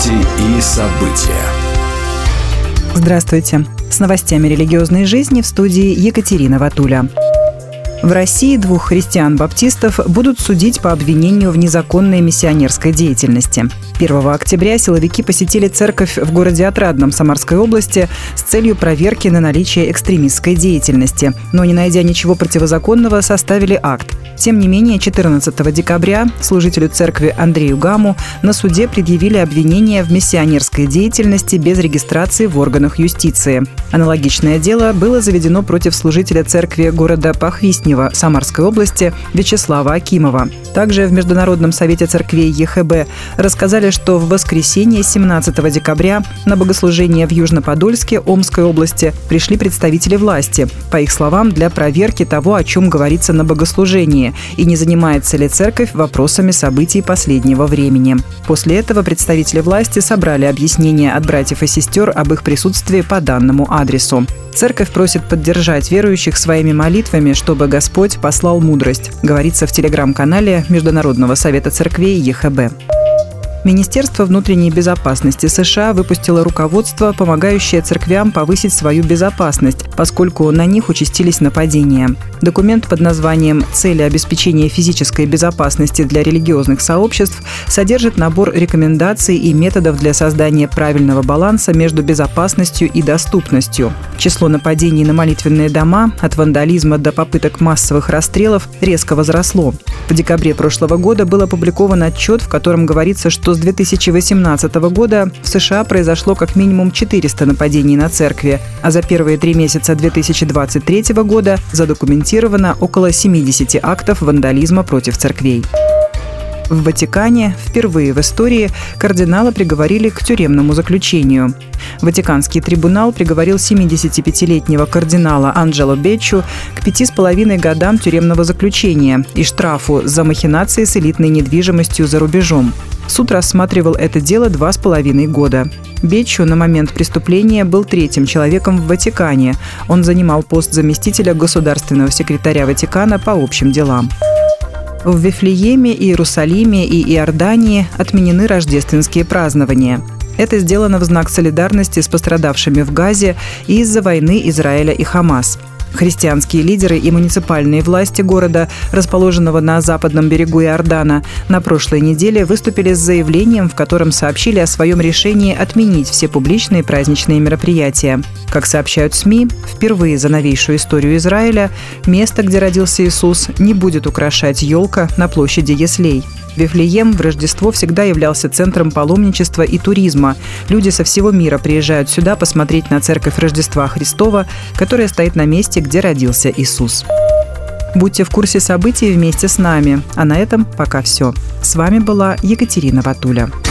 Новости и события. Здравствуйте. С новостями религиозной жизни в студии Екатерина Ватуля. В России 2 христиан-баптистов будут судить по обвинению в незаконной миссионерской деятельности. 1 октября силовики посетили церковь в городе Отрадном Самарской области с целью проверки на наличие экстремистской деятельности, но, не найдя ничего противозаконного, составили акт. Тем не менее, 14 декабря служителю церкви Андрею Гаму на суде предъявили обвинение в миссионерской деятельности без регистрации в органах юстиции. Аналогичное дело было заведено против служителя церкви города Похвистнево Самарской области Вячеслава Акимова. Также в Международном совете церквей ЕХБ рассказали, что в воскресенье 17 декабря на богослужение в Южно-Подольске Омской области пришли представители власти, по их словам, для проверки того, о чем говорится на богослужении, и не занимается ли церковь вопросами событий последнего времени. После этого представители власти собрали объяснения от братьев и сестер об их присутствии по данному адресу. Церковь просит поддержать верующих своими молитвами, чтобы Господь послал мудрость, говорится в телеграм-канале Международного совета церквей ЕХБ. Министерство внутренней безопасности США выпустило руководство, помогающее церквям повысить свою безопасность, поскольку на них участились нападения. Документ под названием «Цели обеспечения физической безопасности для религиозных сообществ» содержит набор рекомендаций и методов для создания правильного баланса между безопасностью и доступностью. Число нападений на молитвенные дома, от вандализма до попыток массовых расстрелов, резко возросло. В декабре прошлого года был опубликован отчет, в котором говорится, что с 2018 года в США произошло как минимум 400 нападений на церкви, а за первые 3 месяца 2023 года задокументировано около 70 актов вандализма против церквей. В Ватикане впервые в истории кардинала приговорили к тюремному заключению. Ватиканский трибунал приговорил 75-летнего кардинала Анджело Беччо к 5,5 годам тюремного заключения и штрафу за махинации с элитной недвижимостью за рубежом. Суд рассматривал это дело 2,5 года. Беччо на момент преступления был 3-м человеком в Ватикане. Он занимал пост заместителя государственного секретаря Ватикана по общим делам. В Вифлееме, Иерусалиме и Иордании отменены рождественские празднования. Это сделано в знак солидарности с пострадавшими в Газе и из-за войны Израиля и Хамас. Христианские лидеры и муниципальные власти города, расположенного на западном берегу Иордана, на прошлой неделе выступили с заявлением, в котором сообщили о своем решении отменить все публичные праздничные мероприятия. Как сообщают СМИ, впервые за новейшую историю Израиля место, где родился Иисус, не будет украшать елка на площади Яслей. Вифлеем в Рождество всегда являлся центром паломничества и туризма. Люди со всего мира приезжают сюда посмотреть на церковь Рождества Христова, которая стоит на месте, где родился Иисус. Будьте в курсе событий вместе с нами. А на этом пока все. С вами была Екатерина Ватуля.